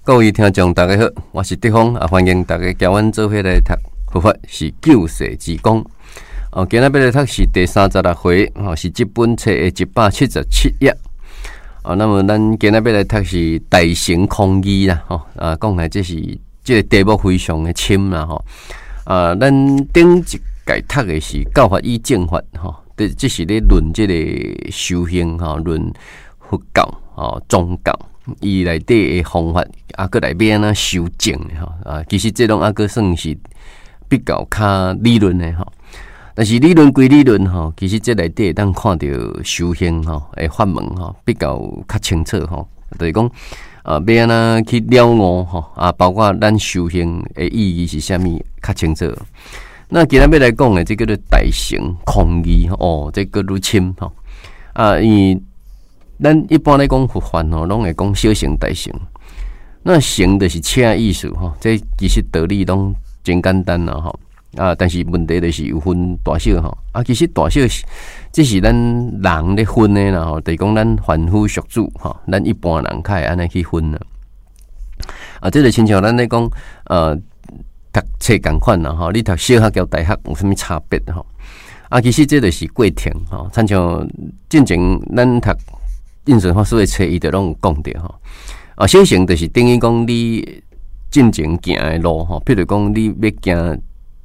各位听众大家好，我是德峰欢迎大家交阮做伙来读佛法是救世之功。今日要来读是第36回，是这本册的177页。那么咱今日要来读是大乘空义啦，讲来这是这个题目非常的深啦，咱顶一届读的是教法与正法，这是咧论这个修行，论佛教宗教。伊内底的方法，搁内面安怎修正的其实这种搁算是比较较理论的但是理论归理论其实这内底当看到修行的法门比较较清楚就是讲要安怎去了悟包括咱修行的意义是啥物较清楚。那今日要来讲的这个叫做大乘空义这个愈深因为咱一般来讲佛法拢会讲小乘大乘，那乘就是车意思这其实道理拢真简单但是问题就是有分大小其实大小这是咱人咧分的啦就是讲咱凡夫俗子咱一般人较会安尼去分这就亲像咱咧讲读册共款啦你读小学交大学有啥物差别其实这就是过程亲像进前咱读印顺法师的册，伊就拢有讲着小乘就是等于讲你进前行的路譬如讲你要行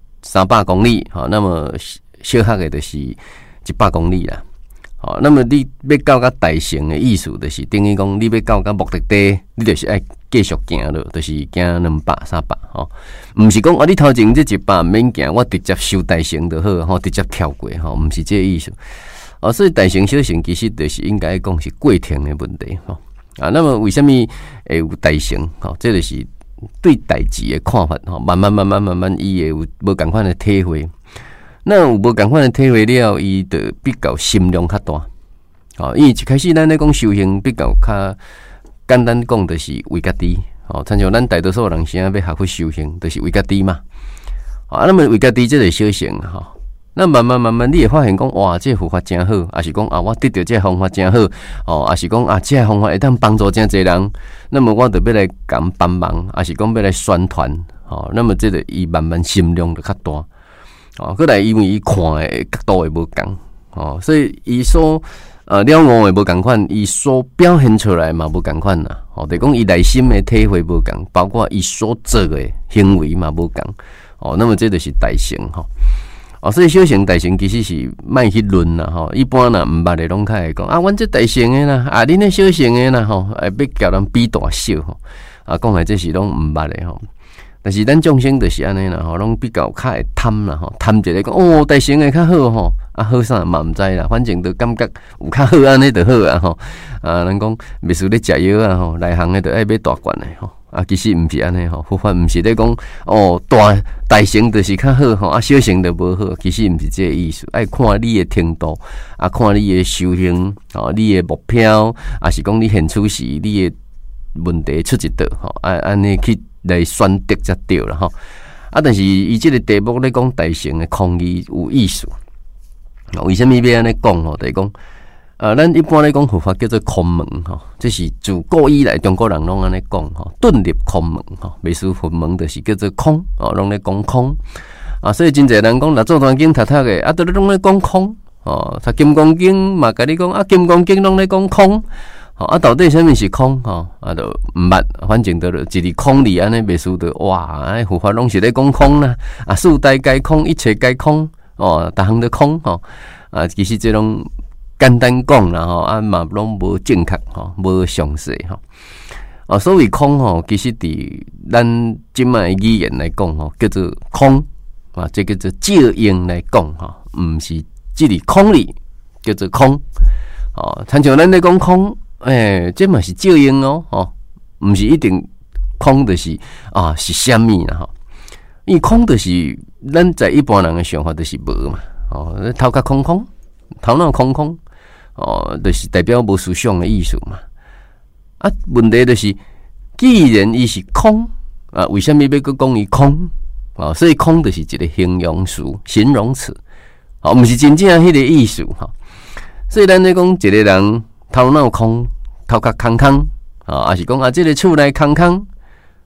300公里那么小学的就是100公里啦那么你要到达大乘的意思，就是等于讲你要到达目的地，你就是爱继续行咯，就是行200、300毋是讲你头前这100毋免行，我直接修大乘就好直接跳过毋是这个意思。所以大乘小乘其实就是应该讲是过程的问题那么为什么会有大乘这就是对代志的看法慢慢伊会有无同款的体会。那有无同款的体会了，伊就比较心量较大因为一开始咱咧讲修行比较较简单讲，就是为家己亲像咱大多数人现在要学会修行，就是为家己嘛那么为家己这个小乘那慢慢你会发现讲哇，这个佛法真好，还是讲我得到这个方法真好还是讲这个方法会当帮助真侪人，那么我就要来讲帮忙，还是讲要来宣传那么这个伊慢慢心量就较大过来，因为伊看的角度会无同所以伊所了悟的无同款，伊所表现出来嘛无同款啦就是讲伊内心的体会无同，包括伊所做的行为嘛无同那么这就是大乘所以小乘大乘其实是卖去论啦一般啦毋捌的拢较会讲阮这大乘的啦恁那小乘的啦要叫人比大小讲来这是拢毋捌的但是咱众生就是安尼啦拢比较较会贪啦贪一个讲大乘的较好好啥嘛毋知啦，反正就感觉有较好安尼就好人讲袂输咧食药内行的就爱买大罐的其实毋是安尼佛法毋是咧讲大乘就是较好小乘就无好，其实毋是这个意思，爱看你的程度看你的修行你的目标是讲你现处时你的问题出一道安尼去来选择才对啦但是伊这个题目咧讲大乘的空义有意思为什么要安尼讲就是讲咱一般来讲佛法叫做空门这是自古以来中国人拢安尼讲遁入空门袂输佛门就是叫做空拢咧讲空所以真侪人讲若做段经读的都咧拢咧讲空读金刚经嘛甲你讲金刚经拢咧讲空到底啥物是空就毋捌，反正就一字空字安尼袂输的哇佛法拢是咧讲空啦四大皆空，一切皆空逐项都空其实这种简单讲啦嘛拢无正确无详细所谓空其实伫咱即卖语言来讲叫做空这叫做照应来讲毋是即个空字叫做空亲像咱咧讲空这嘛是照应毋是一定空就是是啥物啦因为空就是咱在一般人的想法就是无嘛头壳空空，头脑空空就是代表无思想的意思嘛问题就是既然伊是空为什么要搁讲伊空所以空就是一个形容词形容词毋是真正迄个意思所以咱咧讲一个人头脑空，头壳空空还是讲这个厝内空空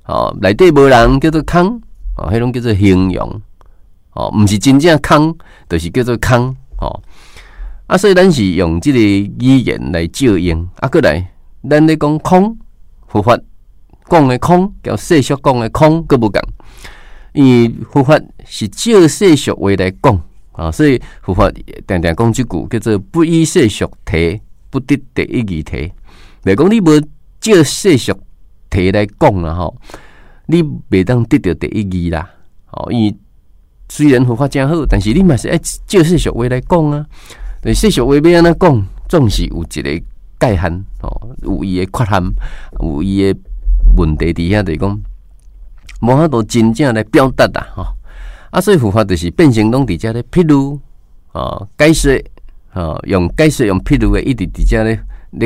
内底无人叫做空，迄种叫做形容，毋是真正空，就是叫做空，所以咱是用即个语言来照应，过来，咱咧讲空，佛法讲的空，叫世俗讲的空，佫无共，因为佛法是照世俗话来讲，所以佛法常常讲即句叫做不依世俗题，不得第一义题，袂讲你无照世俗题来讲啦，你袂当得到第一义啦，因为虽然佛法真好，但是你嘛是爱照世俗话来讲啊。但世俗话要安怎讲，总是有一个界限，有伊的缺陷，有伊的问题伫遐，就是讲无法度真正来表达啦，所以佛法就是变成拢伫遮咧譬如解说，用解说用譬如的一直伫遮咧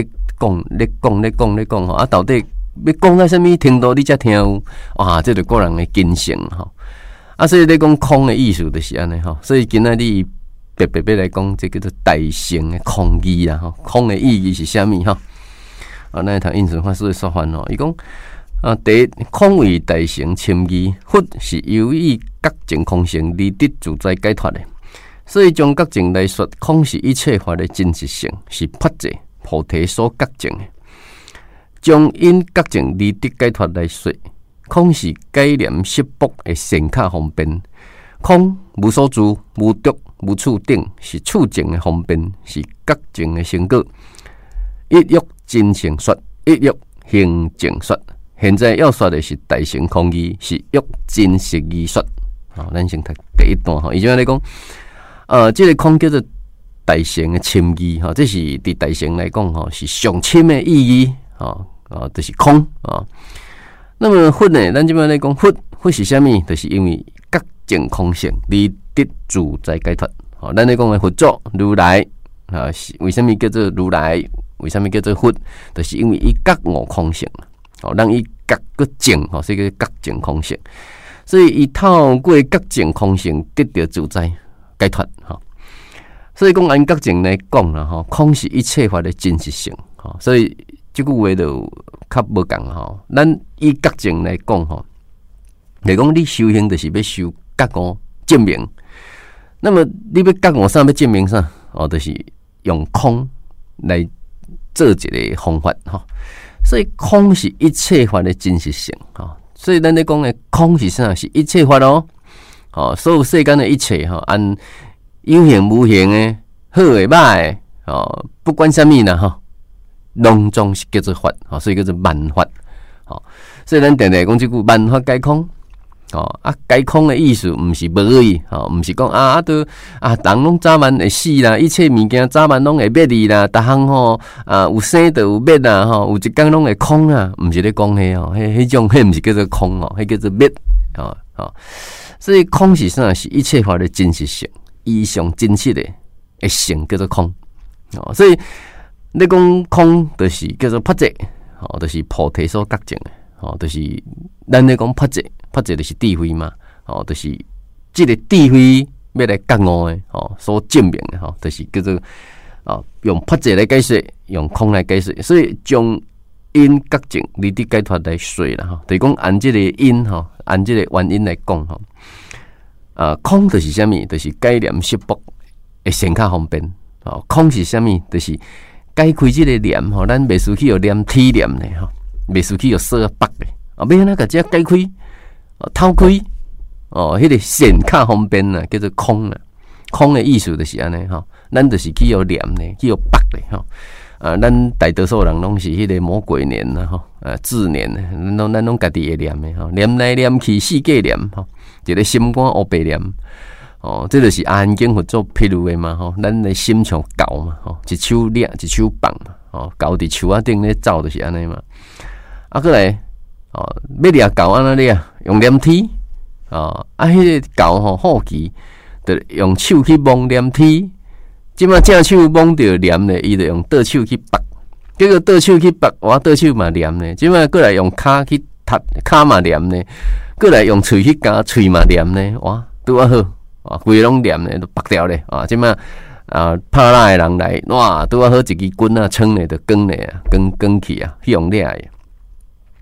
讲，到底要讲到什么程度你才听有？哇，这就个人的精神所以咧讲空的意思就是安尼所以今仔日别要来讲，这叫做大乘的空义啦空的意义是啥物咱读印顺法师的说法伊讲第一，空为大乘深义，佛是由于觉净空性离得自在解脱的，所以将觉净来说，空是一切法的真实性，是法界菩提所觉净的；将因觉净离得解脱来说，空是概念识卜的显卡方便。空无所住，无得，无处顶，是处境的方便，是觉净的成果。一欲真成说，一欲行净说。现在要说的是大乘空义，是欲真实义说。咱先读第一段伊就来讲，这个空叫做大乘的深义这是伫大乘来讲是上深的意义就是空那么佛呢，咱即摆来讲佛是啥物？就是因为觉净空性，离得自在解脱。咱咧讲的佛祖如来为什么叫做如来？为什么叫做佛？就是因为伊觉悟空性让伊觉个净所以叫觉净空性。所以伊透过觉净空性得到自在解脱所以讲按觉净来讲啦空是一切法的真实性所以这句话就较无共咱以觉净来讲来讲你修行就是要修觉悟证明。那么你要觉悟啥？要证明啥？就是用空来做一个方法所以空是一切法的真实性所以咱咧讲的空是啥？是一切法所有世间的一切按有形无形的好的歹的不管啥物啦拢总是叫做法所以叫做万法所以咱常常讲这句万法皆空皆空的意思毋是无意毋是讲人拢早晚会死啦，一切物件早晚拢会灭离啦，逐项有生就有灭啦有一天拢会空啦，毋是咧讲迄种毋是叫做空迄叫做灭所以空是啥？是一切法的真实性，异常真实的性叫做空所以你讲空就是叫做法界就是菩提所觉净的就是咱咧讲法界。法界就是智慧嘛，就是这个智慧要来觉悟的所证明的就是叫做用法界来解释，用空来解释，所以将因觉净离得解脱来说啦就是讲按这个因按这个原因来讲空就是啥物？就是概念识卜的显卡方便空是啥物？就是解开这个念咱袂输去有念体念的袂输去有说北的要安怎甲这解开？偷开迄个显卡方便叫做空空的意思就是安尼咱就是去有念呢，去有北的咱大多数人拢是迄个魔鬼念自念咱拢家己会念的念来念去世界念一个心肝乌白念这就是阿含经佛做譬如的嘛咱的心像狗嘛一手抓一手放嘛狗伫树仔顶咧走就是安尼嘛过来要掠狗安怎掠？用黏体迄个狗好奇，就用手去摸黏体。即摆正手摸着黏咧，伊就用倒手去拔。结果倒手去拔，我倒手嘛黏咧。即摆过来用骹去踢骹嘛黏咧，过来用喙去夹喙嘛黏咧。哇，拄啊好规拢黏咧，都拔掉咧。即摆拍拉的人来，哇，拄啊好一支棍啊，撑咧就光咧，光去去用掠的。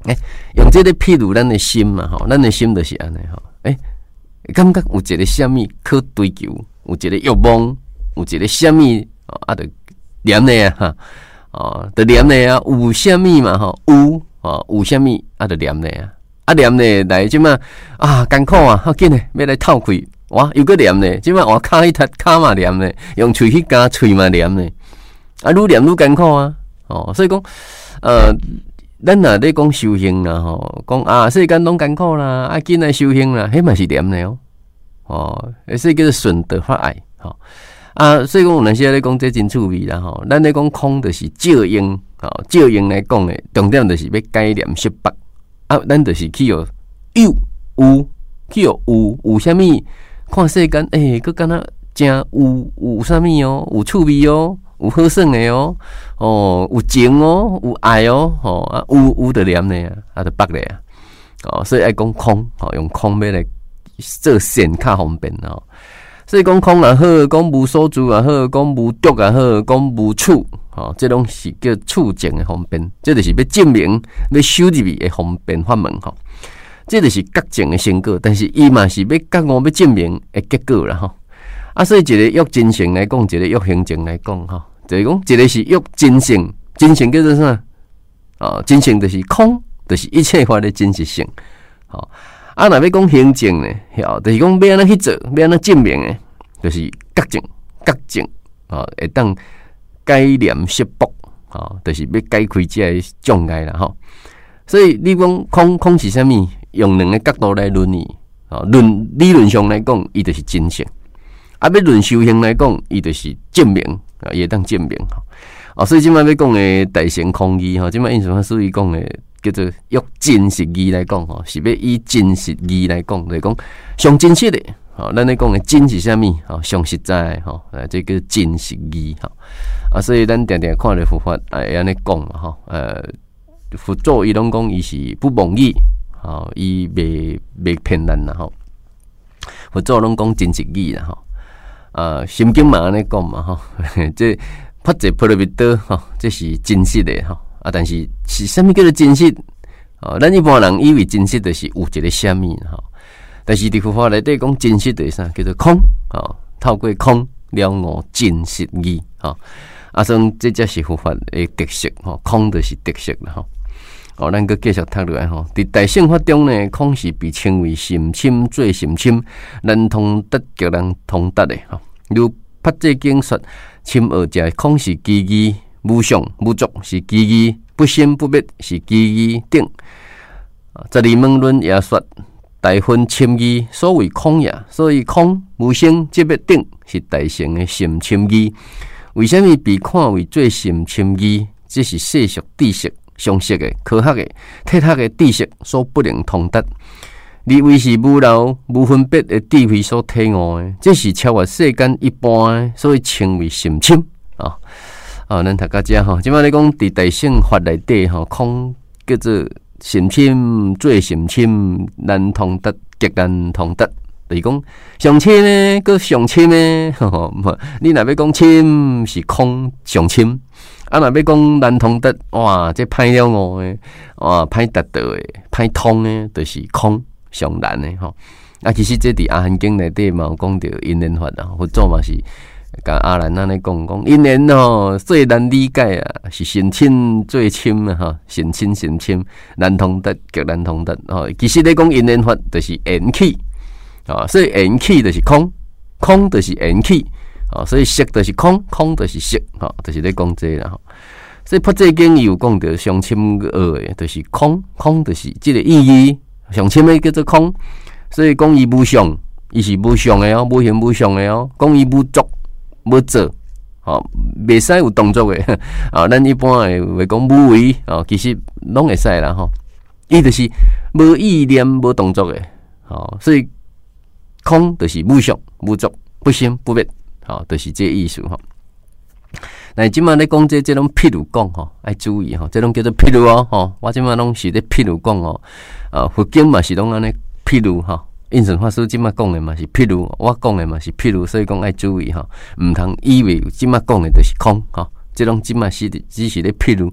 用这个譬如咱的心嘛吼，咱的心就是安尼吼，感觉有一个什么可追求，有一个欲望，有一个什么就念的啊哈，就念的啊，有什么嘛吼，有什么就念的啊，念的来即嘛艰苦啊，紧的要来透开，哇，又个念的，即嘛我骹一踢骹嘛念的，用喙去加喙嘛念的，愈念愈艰苦啊，所以讲咱若咧讲修行啦吼，讲世间拢艰苦啦，紧来修行啦，迄嘛是念的所以叫做顺德发爱所以讲有阵时咧讲这真趣味啦吼，咱咧讲空就是照应照应来讲的重点就是要概念识别咱就是去有去有啥物看世间佫敢若真有啥物有趣味有好耍的有情有爱有就念的就北的所以爱讲空用空要来做善较方便所以讲空也好，讲无所住也好，讲无得也好，讲无处这种是叫处境的方便，这就是要证明要修入去的方便法门这就是觉证的成果，但是伊嘛是要觉悟要证明的结果啦所以一个欲真性来讲，一个欲行证来讲就是讲一个是欲真性，真性叫做啥真性就是空，就是一切法的真实性若要讲行证呢，就是讲要安怎去做，要安怎证明的，就是觉证会当概念识别就是要解开这个障碍啦所以你讲空是啥物？用两个角度来论理理论上来讲，伊就是真性；要论修行来讲，伊就是证明伊会当证明所以即摆要讲的大乘空义即摆印象法师伊讲的叫做用真实义来讲是要以真实义来讲，就是讲上真实的咱咧讲的真是啥物上实在这叫真实义所以咱常常看着佛法会安尼讲嘛佛祖伊拢讲伊是不妄语伊袂骗人啦佛祖拢讲真实义啦心经嘛安尼讲嘛这法界波罗蜜多这是真实的但是啥物叫做真实咱一般人以为真实就是有一个啥物但是伫佛法内底讲真实就是啥叫做空透过空了悟真实义所以这才是佛法的特色空就是特色啦咱搁继续读落来伫大乘法中呢，空是被称为甚深最甚深，难通得极难通得的如法界经说，深恶者空是基义，无相无作是基义，不生不灭是基义等。12门论也说，大分深义，所谓空也，所以空无生即灭等是大乘的甚深义。为什么被看为最甚深义？这是世俗知识。常识的、科学的、体学的知识所不能通达，你为是无漏、无分别的智慧所体悟的，这是超越世间一般的，所以称为甚深咱读到这即摆咧讲伫大乘法内底空叫做甚深、最甚深、难通达、极难通达。就是讲上深呢，搁上深呢，你若要讲深是空上深。若要讲难通得，哇，这歹了悟的，哇，歹达到的，歹通的，就是空上难的其实这伫阿含经内底嘛有讲到因缘法佛祖嘛是甲阿难安尼讲因缘最难理解是甚深最深甚深难通得极难通得其实咧讲因缘法就是缘起所以缘起就是空，空就是缘起。所以色就是空，空就是色就是咧讲这啦所以法界经有讲到上深恶的，就是空，空就是这个意义，上深的叫做空。所以讲伊无相，伊是无相的无形无相的讲伊无作无做袂使有动作的咱一般会讲无为其实拢会使啦伊就是无意念无动作的所以空就是无相无作不生不灭就是这意思那即摆咧讲这种譬如讲要注意这种叫做譬如我即摆拢是咧譬如讲佛经嘛是拢安尼譬如印顺法师即摆讲的嘛是譬如，我讲的嘛是譬如，所以讲要注意毋通以为即摆讲的就是空这种即摆是只是咧譬如，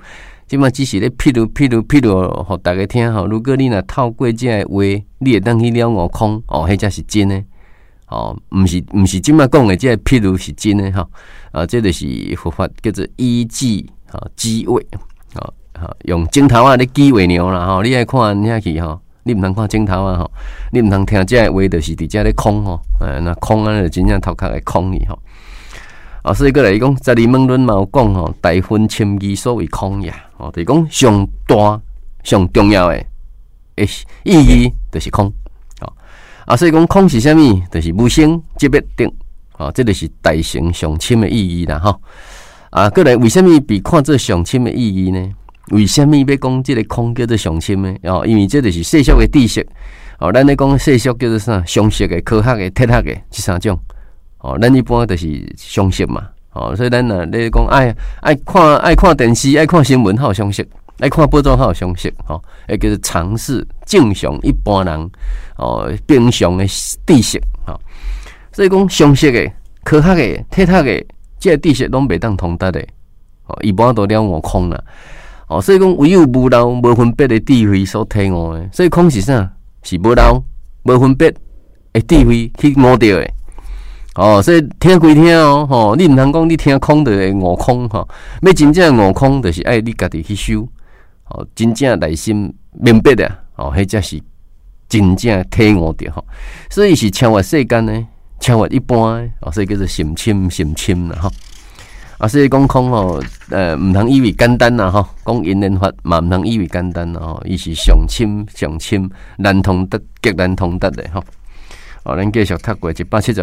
即摆只是咧譬如，互大家听吼。如果你若透过这个话，你会当去了悟空哦，迄才是真诶。哦，毋是即摆讲诶，这个譬如是真诶吼。这就是佛法叫做依计机位用镜头咧机位鸟啦吼。你爱看遐去吼，你毋通看镜头吼，你毋通听这个话，就是伫遮咧空吼。那空就真正头壳会空去吼。所以过来讲，十二门论嘛有讲吼，大分千义所谓空也。就是讲上大、上重要诶意义就是空。所以讲空是啥物？就是无生即灭定。这就是大乘上深诶意义啦吼。过来为什么被看作上深诶意义呢？为什么要讲这个空叫做上深呢？因为这就是世俗诶知识。咱咧讲世俗叫做啥？常识诶、科学诶、哲学诶，这三种。咱一般就是常识嘛，所以咱若咧讲爱看电视，爱看新闻，较有常识；爱看报纸，较有常识，叫做常识，正常一般人平常的知识，所以讲常识的、科学的、哲学的，这知识拢袂当通达的，一般都了悟空啦。所以讲唯有无漏、无分别的智慧所体悟的，所以空是啥？是无漏、无分别的智慧去悟到的。所以听归听你毋通讲你听空就会悟空要真正悟空，就是爱你家己去修真正内心明白的迄才是真正体悟着所以是超越世间呢，超越一般所以叫做心深啦所以讲空毋通以为简单啦讲因缘法嘛毋通以为简单伊是上深难通达，极难通达的咱继续读过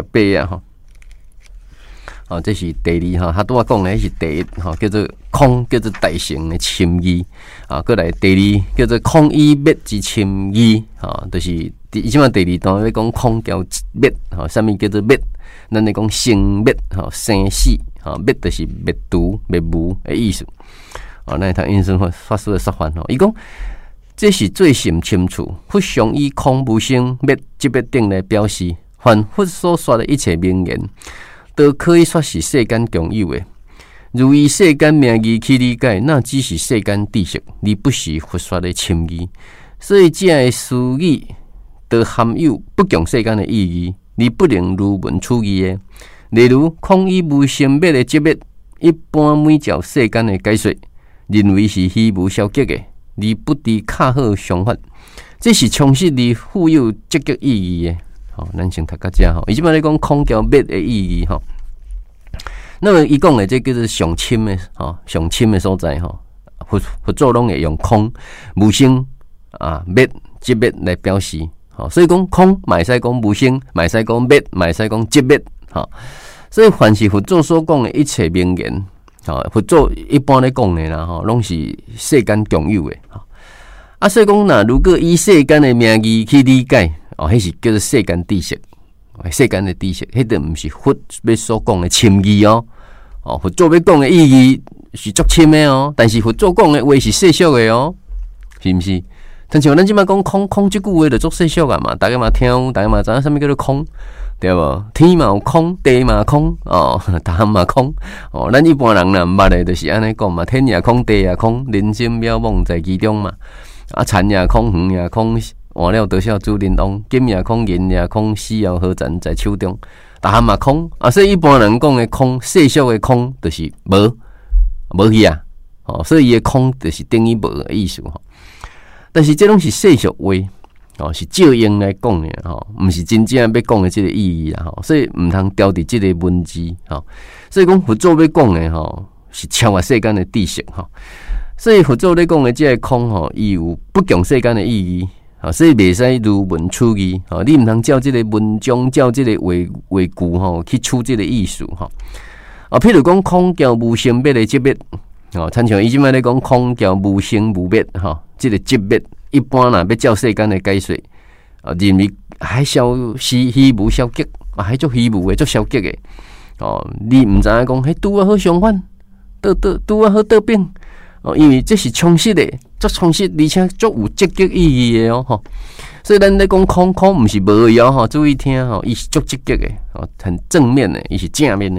178这是第二他拄仔讲的是第一叫做空，叫做大乘的深义过来第二叫做空依灭之深义就是即摆第二段要讲空叫灭啥物叫做灭？咱咧讲生灭生死灭就是灭除灭无的意思咱读印顺法师的说法伊讲。这是最深深处，佛常以空无生灭即灭定来表示，凡佛所说的一切名言，都可以说是世间共有的。如以世间名义去理解，那只是世间知识，而不是佛说的深义。所以这样的词语都含有不共世间的意义，而不能如文处义的。例如，空以无生灭的即灭，一般每照世间的解说，认为是虚无消极的。而不知较好想法，这是充实而富有积极意义的。咱先读到这伊即摆咧讲空叫灭的意义那么伊讲的这叫做上深的上深的所在佛祖拢会用空无生灭即灭来表示所以讲空嘛会使讲无生，嘛会使讲灭，嘛会使讲即灭所以凡是佛祖所讲的一切名言。佛祖一般咧讲的啦，拢是世间共有的所以讲呐，如果以世间的名义去理解，迄是叫做世间知识，世间的知识，迄个毋是佛要所讲的深义佛祖要讲的意义是足深的但是佛祖讲的话是世俗的是毋是？像咱即摆讲空即句话就足世俗啊嘛，大家嘛听，大家嘛知影啥物叫做空。对无？天嘛有空，地嘛空，大汉嘛空，咱一般人啦，毋捌的，就是安尼讲嘛。天也空，地也空，人心渺茫在其中嘛。田也空，园也空，换了多少主人翁？金也空，银也空，死后何残在手中？大汉嘛空所以一般人讲的空，世俗的空，就是无去所以伊的空就是等于无的意思但是这拢是世俗话。是照应来讲的毋是真正要讲的这个意义所以毋通调伫这个文字所以讲佛祖要讲的是超越世间的知识所以佛祖咧讲的这个空伊有不共世间的意义所以袂使如文处义你毋通照这个文章，照这个话句去处这个意思譬如讲空叫无生灭的即灭参像伊即摆咧讲空叫无生无灭这个即灭。一般若要照世间的解说，认为还虚无消极，还足虚无的，足消极的。你毋知影讲，迄拄啊好相反，拄啊好倒变。因为这是充实的，足充实，而且足有积极意义的所以咱咧讲空毋是无聊注意听伊是足积极的很正面的，伊是正面的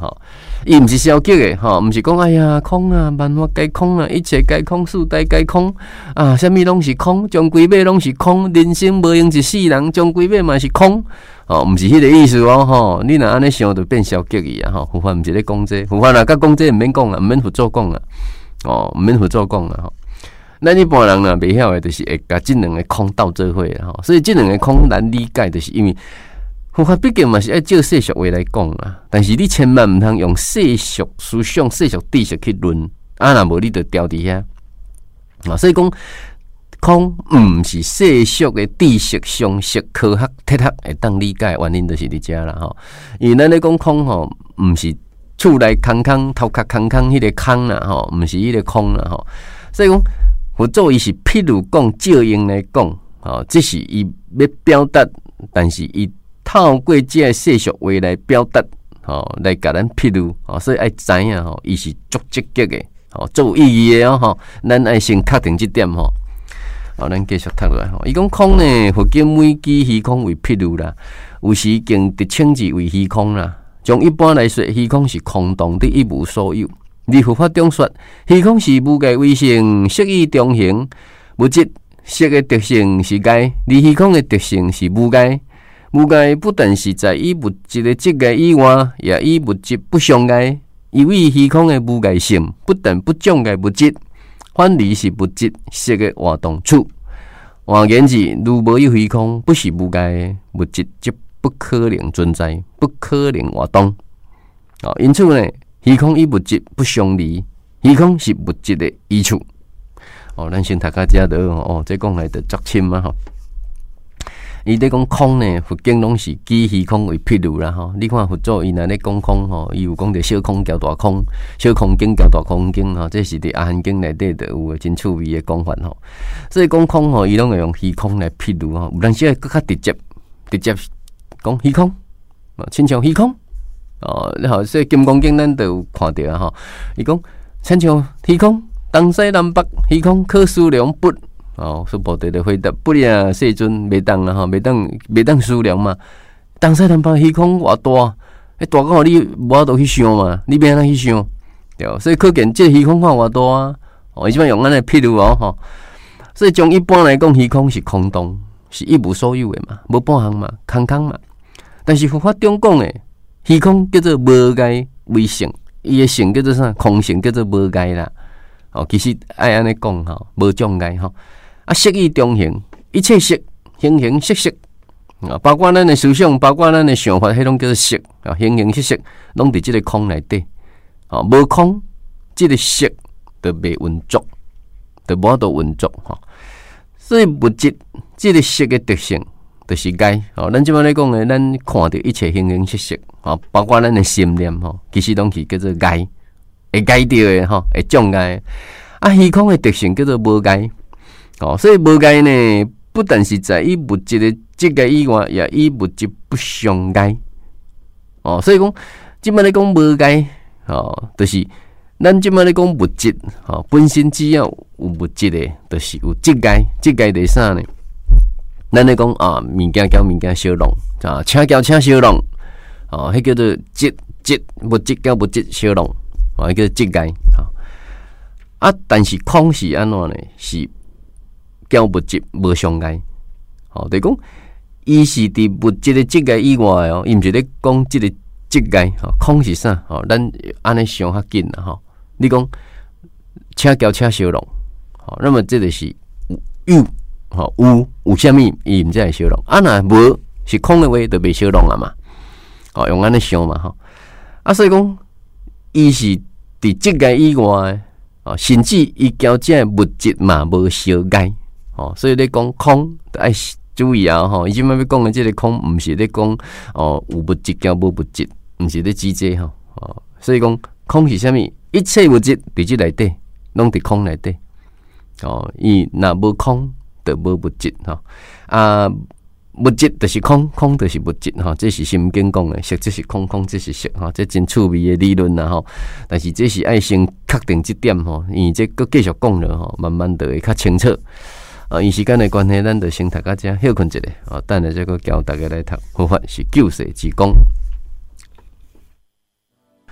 吼，伊毋是消极的吼，毋是讲哎呀空啊，万法皆空啊，一切皆空，事大皆空啊，啥物拢是空，将规尾拢是空，人生无用一世人，将规尾嘛是空，哦，毋是迄个意思哦，吼，你若安尼想就变消极去啊，吼，佛法毋是咧讲这，佛法若甲讲这毋免讲啦，毋免佛祖讲啦，哦，毋免佛祖讲啦，吼。咱一般人呢，袂晓的，就是会甲这两个空斗做伙啦，吼，所以这两个空难理解，就是因为佛法毕竟嘛是爱照世俗话来讲啦，但是你千万毋通用世俗思想、世俗知识去论，啊，若无你就掉伫遐啊。所以讲空毋是世俗的知识、常识、科学、哲学会当理解，原因就是伫遮啦，吼。因为咱咧讲空吼，毋是厝内空空、头壳空空迄个空啦，吼，毋是迄个空啦，吼。所以讲。佛祖伊是譬如讲照应来讲，哦，这是伊要表达，但是伊透过这个世俗话来表达，哦，来甲咱譬如，哦，所以爱知影吼，伊是足积极的，哦，足有意义的哦，吼，咱爱先确定这点吼。好，咱继续读落来吼。伊讲空呢，佛经每举虚空为譬如啦，有时经直称之为虚空啦。从一般来说，虚空是空洞的一无所有。伫佛法中说，虚空是无界为性，色意中行。物质色的特性是界，而虚空的特性是无界。无界不但是在与物质的质界以外，也与物质不相界。因为虚空的无界性，不但不障碍物质，反而是物质色的活动处。换言之，如无有虚空，不是无界的物质，就不可能存在，不可能活动。因此呢。虚空与物质不相离，虚空是物质的依处。哦，咱先读到这的哦，这讲来的足深嘛吼。伊咧讲空呢，佛经拢是举虚空为譬如啦吼。你看佛祖伊若咧讲空吼，伊有讲着小空交大空，小空经交大空经吼，这是伫阿含经内底就有真趣味的讲法吼。所以讲空吼，伊拢会用虚空来譬如吼，有当时会更较直接讲虚空，亲像虚空。哦，然后所以《金刚经》咱都有看到啊，吼，伊讲亲像虚空，东西南北虚空可思量不？哦，说菩提的回答不呀，世尊袂当啦，吼，袂当思量嘛。东西南北虚空偌大，大到你无法度去想嘛，你要安怎去想？对，所以可见这虚空看偌大啊。哦，伊即摆用安尼譬如哦，吼，所以从一般来讲，虚空是空洞，是一无所有的嘛，无半项嘛，空空嘛。但是佛法中讲的。虚空叫做无界为性，伊的性叫做啥？空性叫做无界啦。哦，其实爱安尼讲吼，无障碍吼。啊，色意中行，一切色，形形色色啊，包括咱的思想，包括咱的想法，迄种叫做色啊，形形色色，拢伫即个空内底。哦，无空，即个色就袂运作，就无法度运作吼。所以物质即个色的特性。就是界哦，咱即摆咧讲诶，咱看到一切形形色色哦，包括咱诶心念吼，其实拢是叫做界，会界着诶吼，会障碍。啊，虚空诶特性叫做无界哦，所以无界呢，不但是在于物质诶质界以外，也与物质不相界哦。所以讲，即摆咧讲无界哦，就是咱即摆咧讲物质哦，本身只要有物质诶，就是有质界，质界是啥呢？咱咧讲啊，物件交物件相容啊，车交车相容哦，迄叫做质物质交物质相容哦，迄叫质界啊。但是空是安怎呢？是交物质无相界哦，就是讲伊是伫物质的质界以外哦，伊毋是咧讲即个质界哦。空是啥？哦，咱安尼想较紧啦吼。你讲车交车相容，好，那么这个是有。吼有啥物伊毋才会相容，啊若无是空的话，就袂相容啊嘛。哦，用安尼想嘛吼。啊，所以讲伊是伫质界以外，哦，甚至伊交这物质嘛无相界。哦，所以咧讲空，爱注意啊吼。伊即摆要讲的即个空，毋是咧讲哦有物质交无物质，毋是咧指这吼。哦，所以讲空是啥物？一切物质伫即内底，拢伫空内底。哦，伊若无空。就无物质吼啊，物质就是空，空就是物质吼，这是心经讲的，色即是空，空即是色吼，这真趣味的理论啦吼。但是这是爱先确定这点吼，因为这搁继续讲了吼，慢慢就会较清楚。因时间的关系，咱就先读到这，休困一下等下再个教大家来读佛法是救世之功。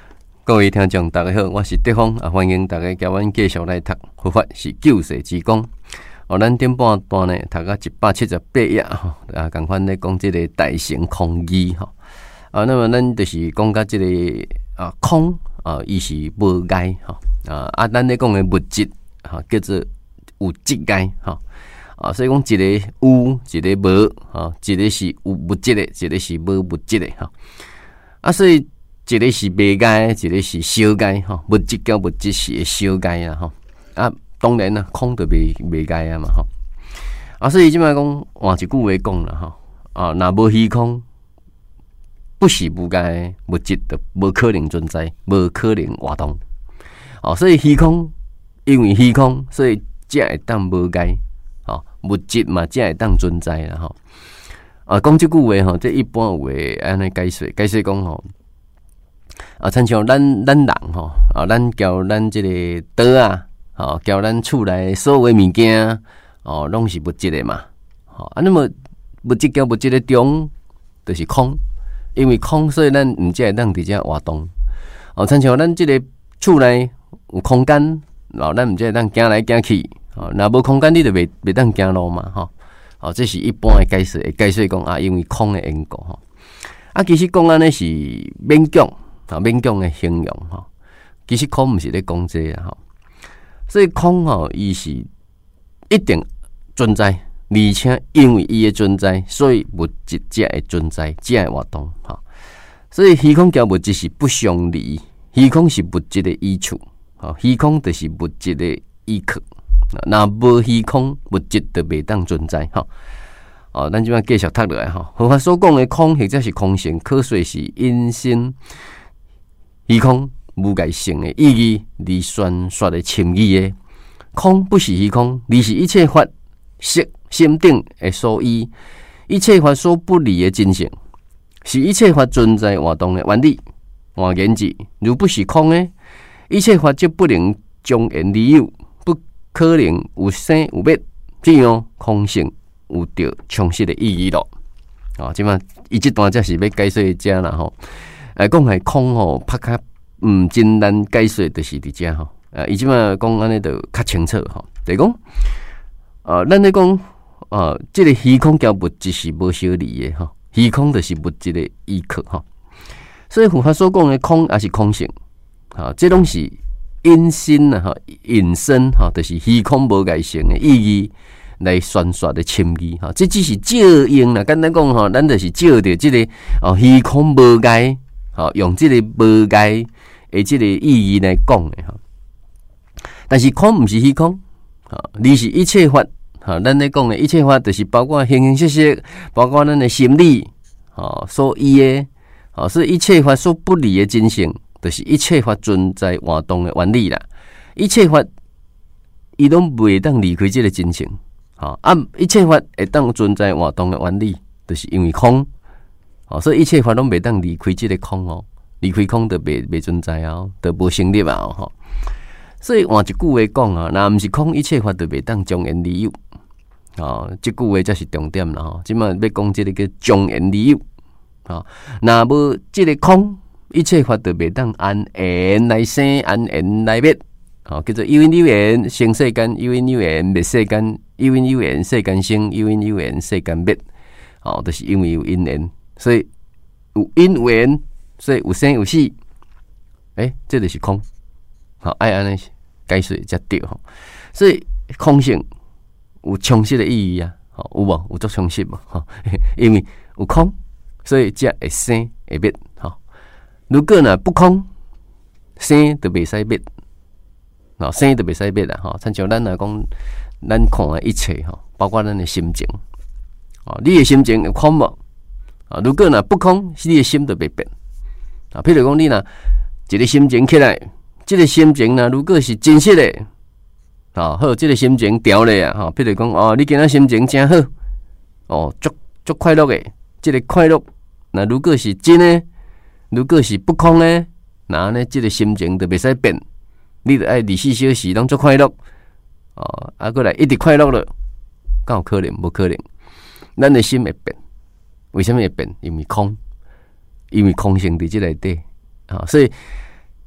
各位听众大家好，我是德峰啊，欢迎大家交阮继续来读佛法是救世之功。咱顶半段呢读到178页啊，共款咧讲即个大乘空义那么咱就是讲到即个空伊是无碍咱咧讲的物质叫做有质碍所以讲一个有，一个无一个是有物质的，一个是无物质的所以一个是袂碍，一个是小碍物质甲物质是会小碍当然啦，空就袂碍嘛所以即摆讲换一句话讲啦若无虚空，不是无碍物质就无可能存在，无可能活动所以虚空，因为虚空，所以才会当无碍物质嘛，才会当存在啦讲即句话这一般有会安尼解释讲亲像咱人咱交咱即个刀交咱厝内所有的物件拢是物质的嘛那么物质交物质的中就是空，因为空，所以咱毋才会当伫遮活动亲像咱即个厝内有空间咱毋才会当行来行去若无空间你就袂当行路嘛这是一般的解释，会解释讲因为空的缘故其实讲安尼是勉强的形容其实空毋是咧讲这所以空伊是一定存在，而且因为伊的存在，所以物质才会存在，才会活动所以虚空甲物质是不相离，虚空是物质的依处虚空就是物质的依靠若无虚空，物质就袂当存在咱即摆继续读落来佛法所讲的空或者是空性，可说是因心虚空无碍性的意义，而宣说的深义的空不是虚空，而是一切法识心定的所依，一切法所不离的真性，是一切法存在活动的原理。换言之，如不是空的，一切法就不能将缘离有，不可能有生有灭，这样空性有着充实的意义咯。即摆伊这段才是要解说遮啦讲系空拍较真难解说，就是伫遮伊即摆讲安尼就较清楚就是讲咱咧讲即个虚空甲物质是无相离的虚空就是物质的依靠所以佛法所讲的空也是空性这拢是因心引申就是虚空无碍性的意义来宣说的深义这只是照应啦，简单讲咱就是照着即个虚空无碍用即个无碍的即个意义来讲的但是空毋是虚空而是一切法咱咧讲的一切法就是包括形形色色，包括咱的心理所依的所以一切法所不离的真性，就是一切法存在活动的原理啦。一切法伊拢袂当离开这个真性一切法会当存在活动的原理，就是因为空所以一切法拢袂当离开这个空离开空就袂存在就无成立所以换一句话讲若毋是空，一切法就袂当将缘离有这句话才是重点啦即摆要讲这个叫将缘离有若无这个空，一切法就袂当按缘来生，按缘来灭叫做有因有缘生世间，有因有缘灭世间，有因有缘世间生，有因有缘世间灭就是因为有因缘，所以有因有缘，所以有生有死这就是空爱安尼解释才对所以空性有充实的意义有无？有足充实嘛因为有空，所以才会生会灭如果若不空，生就袂使灭生就袂使灭啦亲像咱若讲咱看的一切包括咱的心情你的心情有空无如果若不空，你的心就袂变譬如讲你若一个心情起来，这个心情如果是真实的好，这个心情调咧譬如讲你今仔心情真好足快乐的，这个快乐如果是真的，如果是不空的，那呢这个心情就袂使变，你就爱24小时拢足快乐过来一直快乐了，敢有可能？无可能。咱的心会变，为什么会变？因为空性伫这内底所以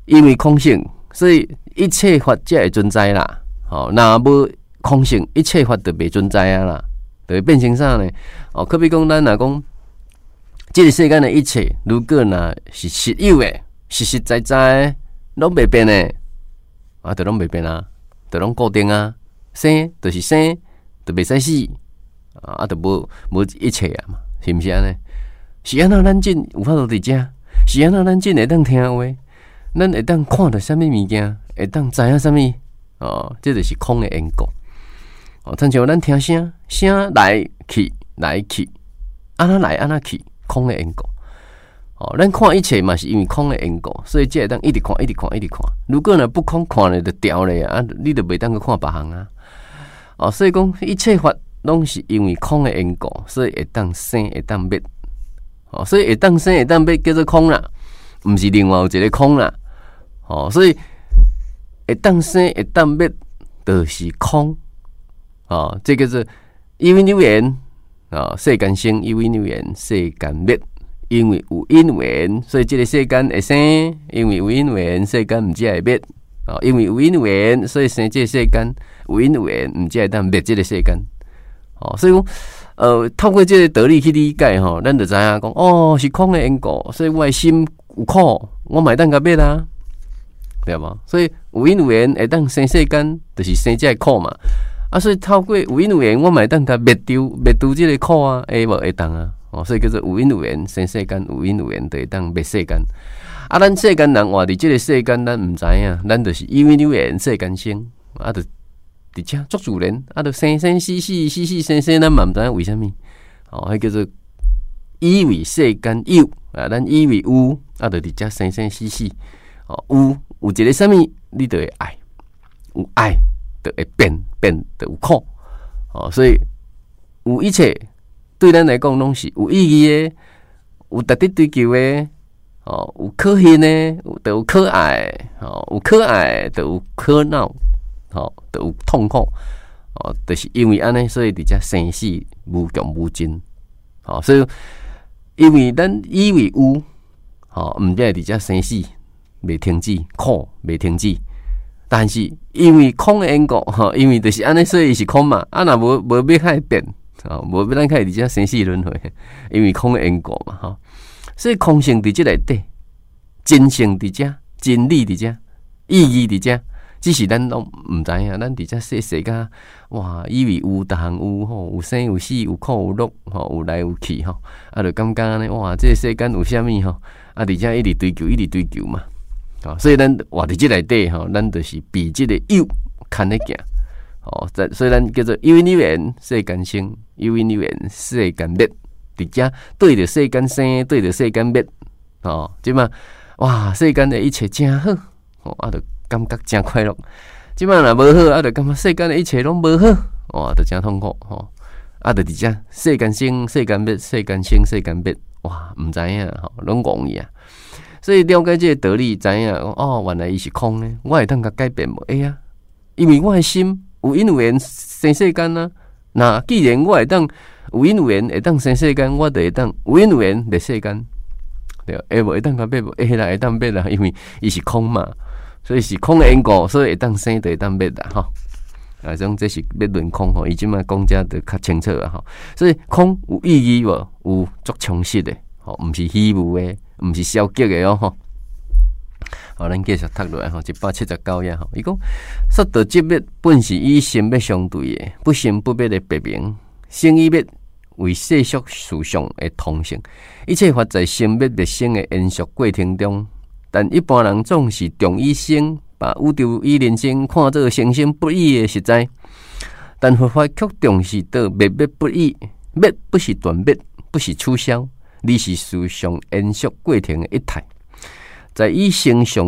因为空性，所以一切法才会存在啦。若无空性，一切法就袂存在啊啦，就会变成啥呢？可比讲，咱若讲，这个世间的一切，如果若是实有的、实实在在的，拢袂变的，就拢袂变啊，就拢固定啊。生就是生，就袂使死，就无一切啊嘛，是毋是安尼？是安怎咱真有法度伫遮？是安怎咱真会当听话？咱会当看到啥物物件？会当知影啥物？这就是空的因果。亲像咱听声，声来去来去，安怎来安怎去，空的因果。咱看一切嘛，是因为空的因果，所以才会当一直看，一直看，一直看。如果若不空看咧，就掉咧啊！你就袂当去看别项啊。所以讲一切法拢是因为空的因果，所以会当生会当灭。所以会当生会当灭叫做空啦，毋是另外有一个空啦。所以会当生会当灭就是空。这叫做因为有缘世间生，因为有缘世间灭。因为有因缘，所以这个世间会生；因为有因缘，世间毋只会灭。因为有因缘，所以生这个世间；有因缘，毋只会当灭这个世间。所以讲，透过这个道理去理解咱就知影讲，是空的因果，所以我的心有苦，我嘛会当甲灭啊，对无？所以有因有缘会当生世间，就是生这个苦嘛。所以透过有因有缘，我嘛会当甲灭除这个苦啊，会无会当啊？所以叫做有因有缘生世间，有因有缘就会当灭世间。咱世间人活伫这个世间，咱毋知影，咱就是因为有缘世间生，就伫遮足自然，就生生死死，死死生生，咱嘛毋知影为虾米。迄叫做以为世间有，咱以为有，就伫遮生生死死。有一个虾米，你就会爱，有爱就会变就有苦。所以有一切。对咱来讲，拢是有意义的，有值得追求的，有可恨的，就有可爱的，有可爱的，就有可恼，就有痛苦，就是因为安尼，所以伫遮生死无穷无尽，所以因为咱以为有，毋则伫遮生死袂停止，苦袂停止，但是因为空的因果，因为就是安尼，所以是空嘛，若无要开变。无要咱开始伫遮生死轮回，因为空的因果嘛，所以空性伫这内底，真性伫遮，真理伫遮，意义伫遮，只是咱拢毋知影，咱伫遮世间，哇，以为有逐项有有生有死，有苦有乐，有来有去就感觉呢，哇，这个世间有啥物伫遮一直追求，一直追求嘛，所以咱活伫这内底咱就是比这个有牵咧行。所以咱叫做因为有缘世间生，因为有缘世间灭，伫遮对着世间生，对着世间灭，即嘛，哇，世间的一切真好，就感觉真快乐。即嘛若无好，就感觉世间的一切拢无好，就真痛苦，就伫遮世间生，世间灭，世间生，世间灭，哇，毋知影，拢戆去啊。所以了解这个道理，知影原来伊是空呢，我会当甲改变无？会啊，因为我的心。有因有缘生世间啊！那既然我会当有因有缘会当生世间，我就会当有因有缘灭世间，对，会无会当甲灭无？会啦，会当灭啦，因为伊是空嘛，所以是空的因果，所以会当生就会当灭啦，种这是要论空伊即摆讲遮就较清楚啊，所以空有意义无？有足充实的，毋是虚无的，毋是消极的哦，咱继续读落来179页伊讲杀道即灭本是以生灭相对的，不生不灭的别名。生与灭为世俗事上的通性，一切法在生灭灭生的延续过程中，但一般人总是重以生，把宇宙与人生看作生生不已的实在。但佛法却重视到灭灭不已，灭不是断灭，不是取消，而是事上延续过程的一态。在以生相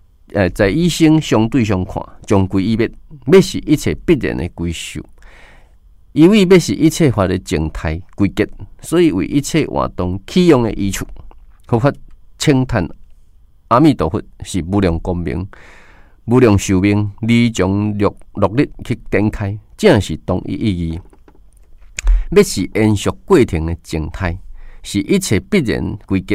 对上看，终归以灭，灭是一切必然的归属。因为灭是一切法的静态归结，所以为一切活动起用的依处。佛法称叹阿弥陀佛是无量光明、无量寿命，你将乐力去展开，正是同一意义。灭是延续过程的静态，是一切必然归结。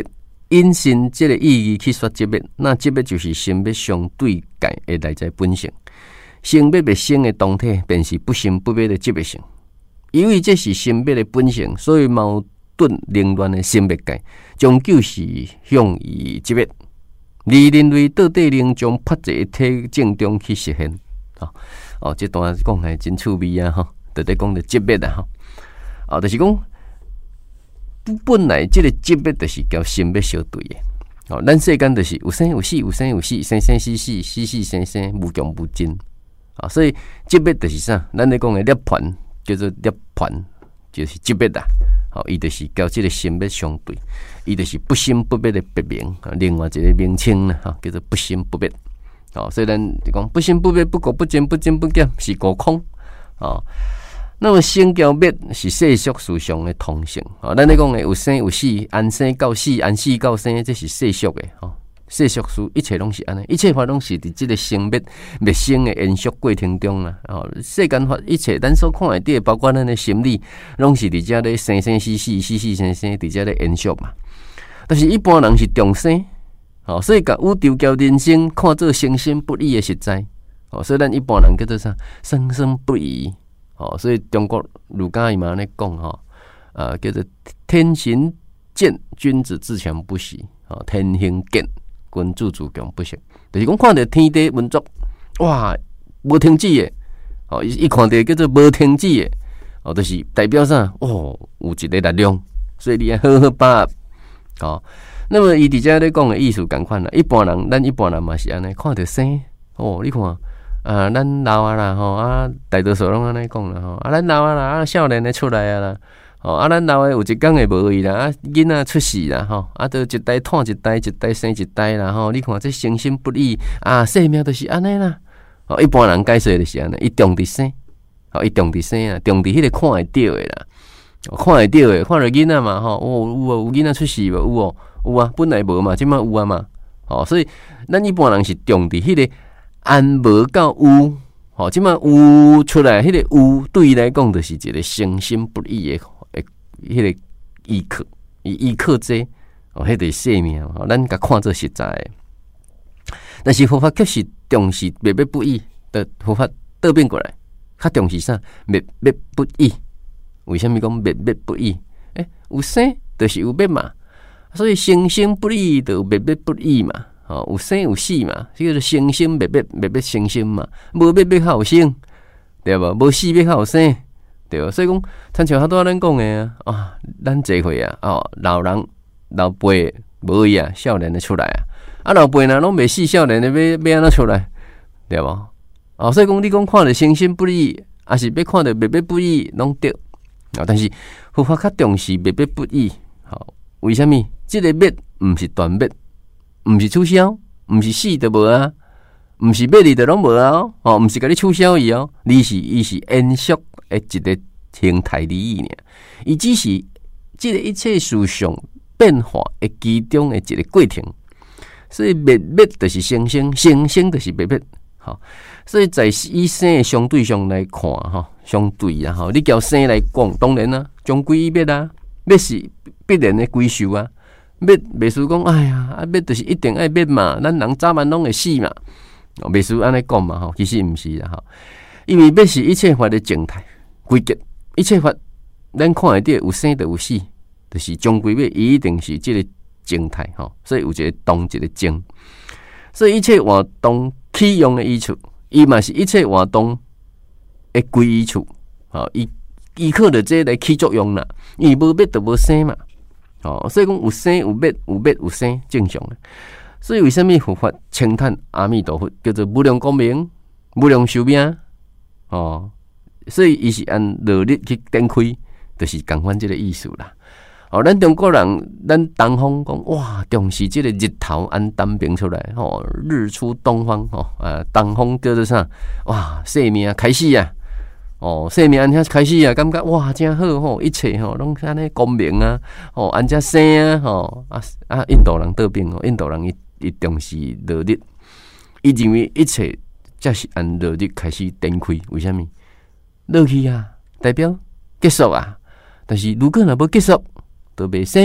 引申这个意义去说节灭，那节灭就是生灭相对界的内在本性。生灭灭生的动体，便是不生不灭的节灭性。因为这是生灭的本性，所以矛盾凌乱的生灭界，终究是向于节灭。而人类到底能将法则体正中去实现？这段讲还真趣味啊！就在讲的节灭啊！就是讲。本来这个节灭就是交生灭相对的，咱世间就是有生有死，有生有死，生生死死，死死生生，无穷无尽。所以节灭就是啥？咱咧讲的涅槃叫做涅槃，就是节灭啦。伊就是交这个生灭相对，伊就是不生不灭的别名，另外一个名称啦，叫做不生不灭。所以咱就讲不生不灭，不垢不净，不增不减，是虚空。那么生交灭是世俗思想的通性，咱咧讲的有生有死，安生到死，安死到生，这是世俗的，世俗事一切拢是安尼，一切法拢是伫这个生灭灭生的延续过程中啦。世间法一切咱所看的，包括咱的心理，拢是伫这咧生生死死，死死生生，伫这咧延续嘛。但是一般人是重生，所以甲宇宙交人生看做生生不已的实在，所以咱一般人叫做啥生生不已。所以中国儒家伊嘛咧讲叫做天行健，君子自强不息；天行健，君子自强不息。就是讲看到天地运作，哇，无停止的，一看到叫做无停止的，就是代表啥？有一个力量，所以你要好好把握。那么伊伫遮咧讲的意思共款啦。咱一般人嘛是安尼，看到生，你看。咱老啊啦，大多数拢安尼讲啦，咱老啊啦，少年的出来啊啦，咱老的有一天会无去啦，囡仔出世啦，就一代拖一代，一代生一代啦，你看这生生不已生命就是安尼啦。一般人解释就是安尼，伊重伫生，伊重伫生啊，重伫迄个看会到的啦，看会到的，看着囡仔嘛，有囡仔出世无？有啊，本来无嘛，即摆有啊嘛，所以咱一般人是重伫迄个。安无到有，即摆有出来，迄个有对伊来讲，就是一个生生不已的迄个依靠，依靠这，迄个生命，咱甲看做实在的。但是佛法确实重视灭灭不已，的佛法倒变过来，较重视啥？灭灭不已。为什么讲灭灭不已？有生就是有灭嘛，所以生生不已就有灭灭不已嘛。有生有死嘛，这个生生灭灭，灭灭生生嘛，无灭灭较有生，对无？无死灭较有生，对无？所以讲，参像较多咱讲的咱这回老人老辈无伊少年的出来老辈呢拢未死，少年的要安怎出来，对无？所以讲你讲看着生生不已，还是要看着灭灭不已，拢对。但是佛法较重视灭灭不已，为什么？这个灭毋是断灭。毋是取消，毋是死就无啊，毋是灭你就拢无啊，毋是甲你取消伊伊是延续的一个形态而已尔，伊只是这个一切事项变化的其中的一个过程，所以灭灭就是生生，生生就是灭灭，所以在以生的相对上来看相对你叫生来讲，当然啦，终归伊灭啊，灭是必然的归属啊。灭袂输讲，哎呀，灭就是一定爱灭嘛，咱人早晚拢会死嘛，袂输安尼讲嘛其实毋是啦因为灭是一切法的静态规则，一切法咱看会到有生就有死，就是终归灭，伊一定是这个静态所以有一个动一个静，所以一切活动起用的依处，伊嘛是一切活动的归依处，伊依靠着这来起作用啦，因为无灭就无生嘛。所以讲有生有灭，有灭有生，正常的。所以为什么佛法称叹阿弥陀佛叫做无量光明、无量寿命？所以伊是按日历去展开，就是共款这个意思啦。咱中国人，咱东方讲哇，重视这个日头按单明出来，日出东方，东方叫做啥？哇，生命开始啊！生命安遐开始感觉哇，真好一切拢安尼光明安遮生印度人倒边印度人伊重视日历，伊认为一切才是按日历开始展开。为什么？落去代表结束啊！但是如果若无结束，就袂生，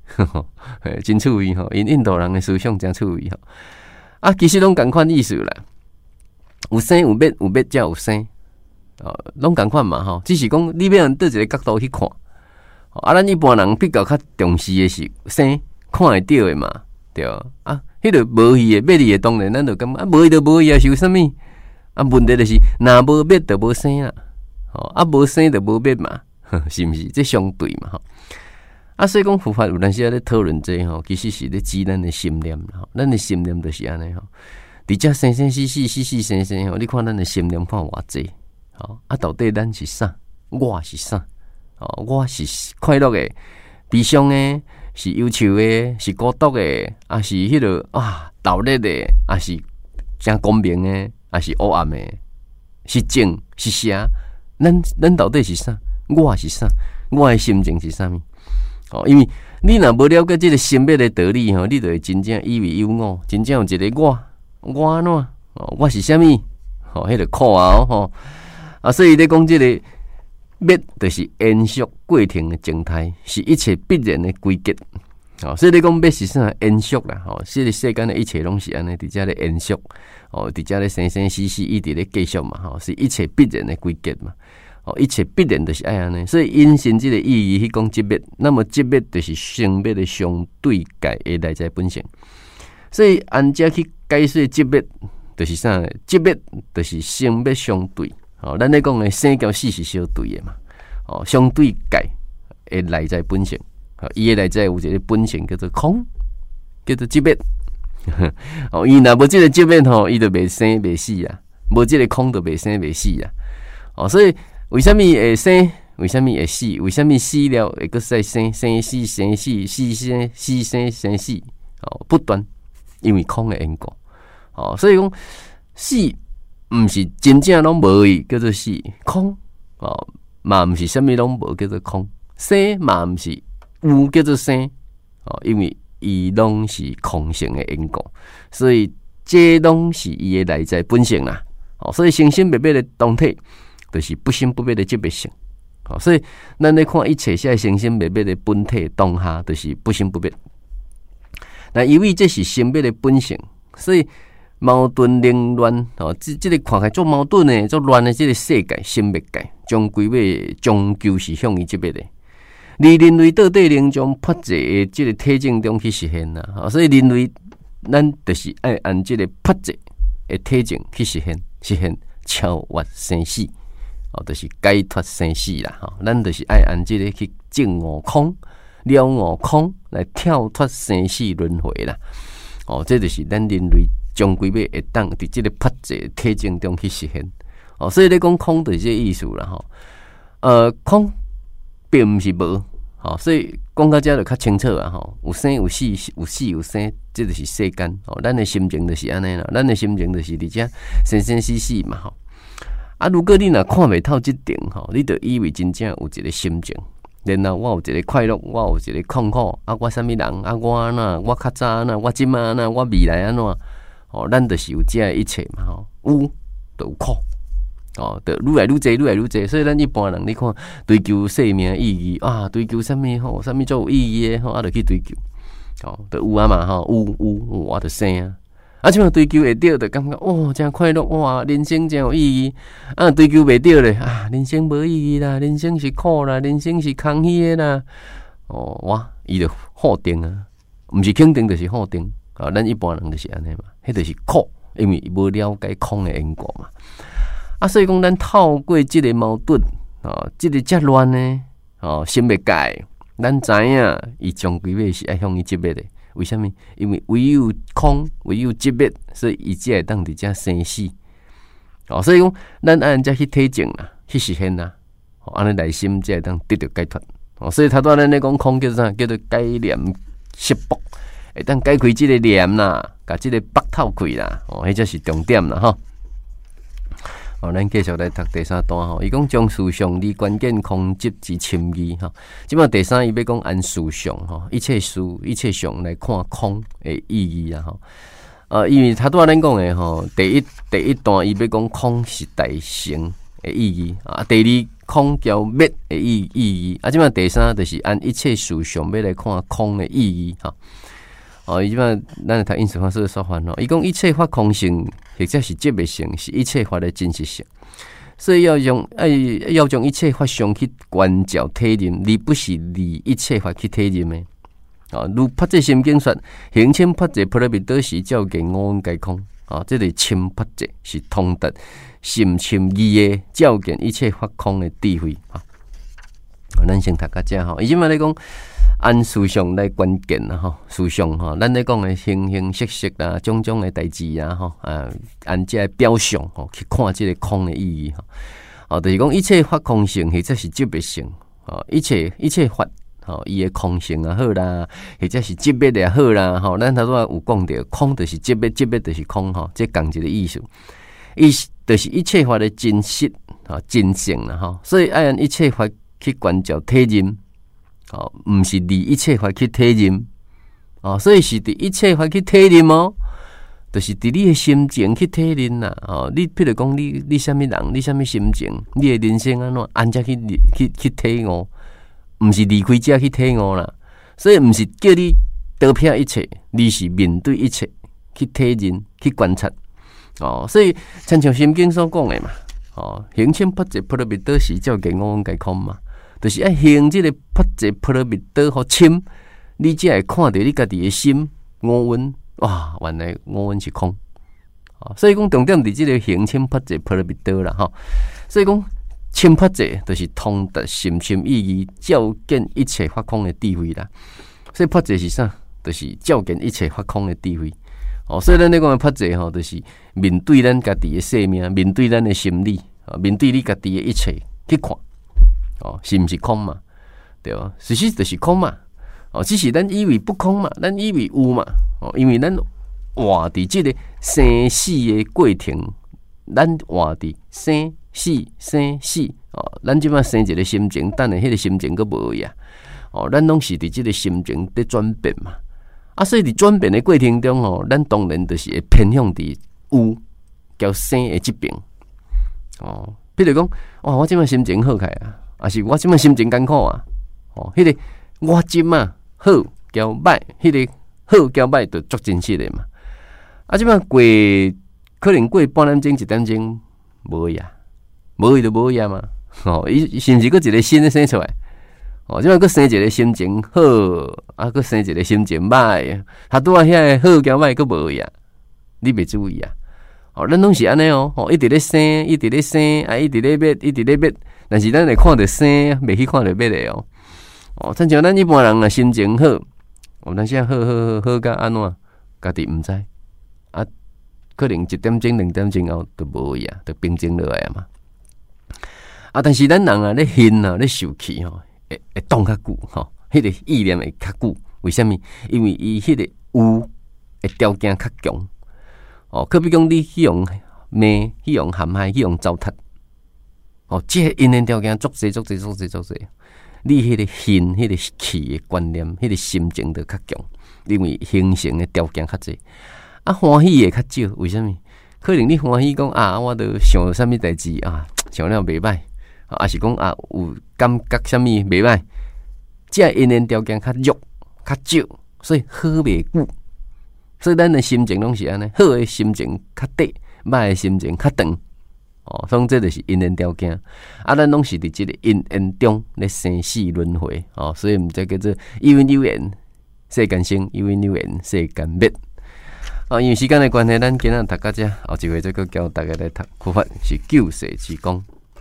真趣味吼，因印度人的思想真趣味吼。啊，其实拢共款意思啦，有生有灭，有灭才有生，拢共款嘛吼。只是讲你要用倒一个角度去看，啊，咱一般人比较较重视的是生看会到的嘛，对啊，迄个无去的、灭去的，当然咱就感觉啊，无去就无去啊，是有啥物？啊，问题就是若无灭就无生啦，啊，无生就无灭嘛，是毋是？这相对嘛吼。啊，所以讲佛法有阵时咧讨论这吼，其实是咧指咱的心念啦。咱的心念就是安尼吼，伫遮生生死死、死死生生吼，你看咱的心念看偌济吼。啊，到底咱是啥？我是啥？我是快乐的、悲伤的，是忧愁的，是孤独的，啊是迄个斗烈的，啊是真光明的，啊是黑暗的，是正是邪？咱到底是啥？我是啥？我的心情是啥物？因为你若无了解这个心灭的道理吼，你就会真正以为有我，真正有一个我安怎？我是啥物？迄个苦吼所以咧讲这个灭，就是延续过程的静态，是一切必然的归结。所以你讲灭是啥？延续啦，这个世间的一切拢是安尼，伫遮咧延续，伫遮咧生生死死一直咧继续嘛，是一切必然的归结嘛。一切必然就是爱安尼，所以因性这个意义去讲即灭，那么即灭就是生灭的相对界的内在本性。所以按遮去解释即灭，就是啥？即灭就是生灭相对。咱咧讲的生甲死是相对的嘛。相对界的内在本性，伊的内在有一个本性叫做空，叫做即灭。伊若无即个即灭吼，伊就袂生袂死啊；无即个空就袂生袂死啊。所以为什么会生？为什么会死？为什么死了会搁再生？生死生死，死生死生生死，不断，因为空的缘故。所以讲死毋是真正拢无去叫做死，空嘛毋是啥物拢无叫做空，生嘛毋是有叫做生，因为伊拢是空性的缘故，所以这拢是伊的内在本性啦。所以生生灭灭的动体，就是不生不灭的即灭性。所以咱咧看一切现在生生灭灭的本体当下，就是不生不灭。那由于这是生灭的本性，所以矛盾凌乱这个看起来做矛盾的、做乱的这个世界生灭界，终归终究是向伊即灭的。而人类到底能将法则的这个体证中去实现啦，所以人类咱就是爱按这个法则的体证去实现超越生死，就是解脱生死啦。咱就是爱按这个去证悟空、了悟空，来跳脱生死轮回啦。这就是咱人类终归会当伫这个法则体证中去实现。所以你讲空就是这个意思啦。空并不是无，所以讲到这就较清楚啊。有生有死，有死有生，这就是世间。咱的心情就是安尼啦，咱的心情就是伫遮生生死死嘛。如果你若看袂透这点，你就以为真正有一个心情，然后我有一个快乐，我有一个痛苦，我啥物人，我安怎，我较早安怎，我即摆安怎，我未来安怎，咱就是有这一切嘛，有就有苦，就愈来愈济，愈来愈济。所以咱一般人你看追求生命的意义追求啥物啥物做有意义的就去追求，就有啊嘛有我就生即摆追求会到，就感觉真快乐人生真有意义。追求袂到咧人生无意义啦，人生是苦啦，人生是空虚的啦。伊就否定啊，毋是肯定就是否定。咱一般人就是安尼嘛，迄就是苦，因为无了解空的因果嘛。所以讲咱透过即个矛盾即个遮乱呢心灭界，咱知影伊终归尾是爱向伊即灭的。为什么？因为唯有空，唯有即灭，所以伊才会当伫遮生死。所以讲，咱按遮去体证啦，去实现啦，安尼内心才会当得到解脱。所以头拄咱咧讲空叫做啥？叫做解念释縛，会当解开即个念啦，甲即个縛透开啦。迄才是重点啦，咱继续来读第三段伊讲将事相离关键空即之深义即摆第三伊要讲按事相一切事一切相来看空的意义因为头拄咱讲的第一段伊要讲空是大成的意义第二空交灭的意义。即摆第三就是按一切事项要来看空的意义哈。即摆咱读因素法师的说法伊讲一切法空性，或者是即灭性，是一切法的真实性。所以要将一切法相去观照体认，而不是离一切法去体认的。如帕这心经说，行深帕这波罗蜜多时，照见五蕴皆空。这个深帕这是通达深深义的照见一切法空的智慧。咱先读到这伊即摆咧讲按思想来关键啦思想咱咧讲的形形色色啦，种种的代志按这表象去看这个空的意义就是讲一切法空性，或者是即灭性一切法伊的空性也好啦，或者是即灭也好啦咱头拄有讲到空就是即灭，即灭就是空这共一个意思，就是一切法的真实真性啦所以爱按一切法去观照体认毋是离一切法去体认所以是伫一切法去体认就是伫你的心情去体认啦你譬如讲你什么人，你什么心情，你的人生安怎去体悟，毋是离开这去体悟啦。所以毋是叫你得撇一切，你是面对一切去体认去观察所以亲像心经所讲的嘛行深帕这波罗蜜多时，照见五蕴皆空嘛，就是要行这个帕这波罗蜜多好深，你才会看到你家己的心五蕴原来五蕴是空所以讲重点伫这个行深帕这波罗蜜多啦所以讲深帕这就是通达深深意义，照见一切法空的智慧啦。所以帕这是啥？就是照见一切法空的智慧所以咱咧讲的帕这就是面对咱家己的生命，面对咱的心理面对你家己的一切去看是毋是空嘛？对吧？事实就是空嘛只是咱以为不空嘛，咱以为有嘛因为咱活伫这个生死的过程，咱活伫生死咱即摆生一个心情，等下迄个心情佫无去咱拢是伫这个心情在转变嘛所以伫转变的过程中咱当然就是会偏向伫有叫生的这边比如讲我即摆心情好起来还是我即摆心情艰苦迄个我即摆好交歹，迄个好交歹就足真实的嘛即摆可能过半点钟一点钟无去无去就无去嘛伊是毋是佫一个新的生出来即摆佫生一个心情好佫生一个心情歹拄仔遐好交歹佫无去你袂注意咱拢是安尼一直咧生，一直咧生一直咧灭，一直咧灭，但是咱会看到生，袂去看到灭的亲像咱一般人心情好咱现在好甲安怎家己毋知可能1点钟2点钟后就无去就平静落来嘛但是咱人咧恨咧受气会挡较久迄个意念会较久，为什么？因为伊迄个有的条件较强可比讲你去用骂，去用陷害，去用糟蹋这因缘条件足济，你迄个恨、迄个气的观念、迄个心情就较强，因为形成的条件较济欢喜的较少，为什么？可能你欢喜讲我都想啥物代志想了袂歹还是讲有感觉啥物袂歹，这因缘条件较弱较少，所以好袂久。所以咱的心情拢是安尼，好的心情较短，歹的心情较长所以这就是因缘条件咱拢是伫这个因缘中咧生死轮回所以毋才叫做有因有缘世间生，有因有缘世间灭因为时间的关系，咱今仔读到这，后一回再教大家来读佛法是救世之功。